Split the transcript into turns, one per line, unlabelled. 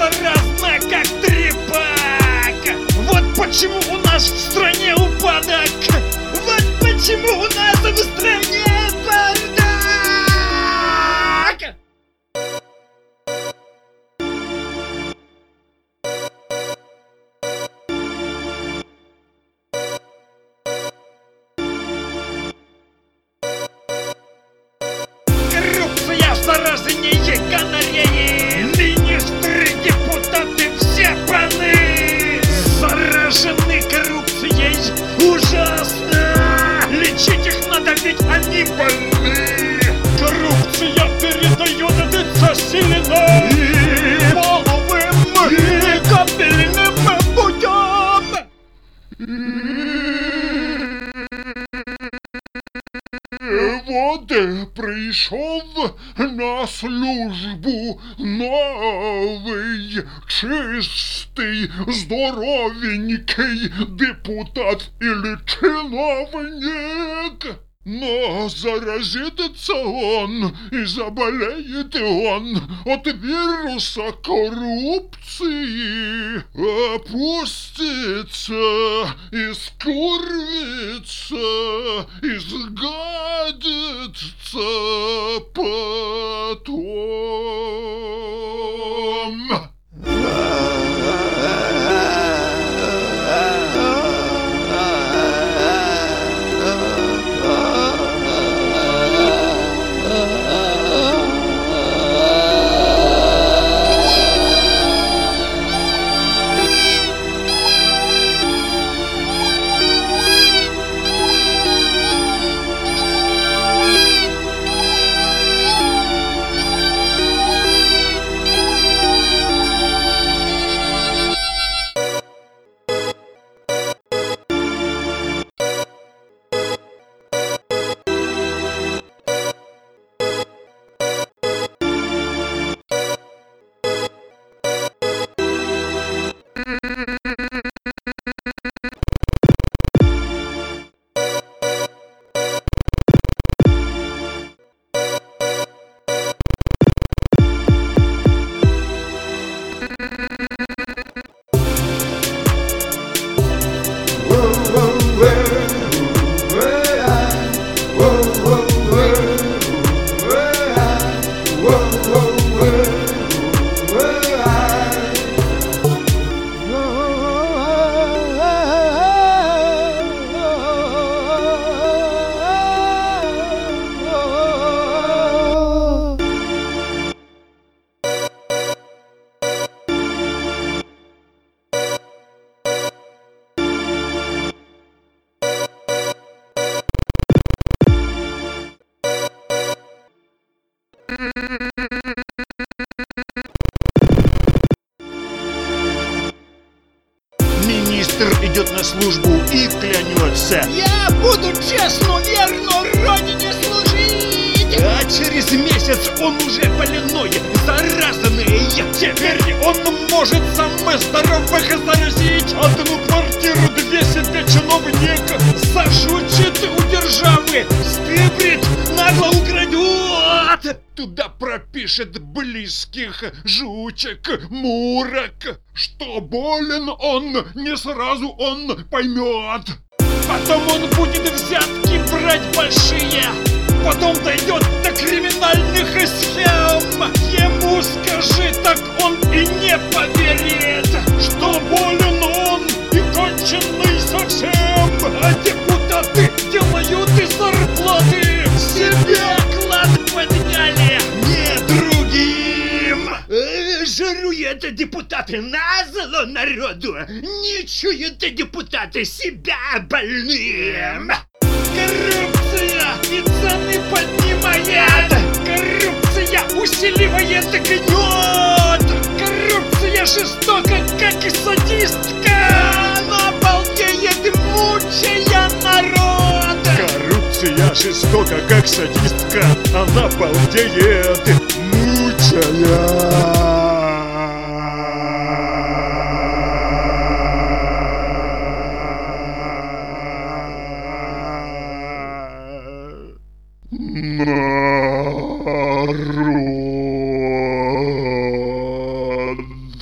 заразна, как трепак. Вот почему у нас в стране упадок. Вот почему у нас в стране бардак. Коррупция заразнее гонореи. Министры, депутаты, все паны заражены коррупцией. Ужасно! Лечить их надо, ведь они больны. Коррупция передается сильно и половым, и капельным путем.
Вот пришел на службу новый, чистый, здоровенький депутат или чиновник. Но заразится он и заболеет он от вируса коррупции, опустится, искурвится, изгадится потом.
Министр идет на службу и клянется: я буду честно, верно Родине служить. А через месяц он уже больной, заразанный. Теперь он может самых здоровых заразить. Одну квартиру, 2 себе чиновник зашучит у державы, стыбрит, нагло украдет. Туда пропишет близких жучек, мурок. Что болен он, не сразу он поймет. Потом он будет взятки брать большие. Потом дойдет до криминальных схем. Ему скажи, так он и не поверит, что болен он и конченый совсем. А депутаты делают из зарплаты себе клад подняли, не другим. Жируют депутаты назло народу, не чуют депутаты себя больным. Коррупция и цены поднимает. Коррупция усиливает гнет. Коррупция жестока, как и садистка. Она балдеет, мучая народ. Коррупция жестока, как садистка. Она балдеет, мучая.
Народ.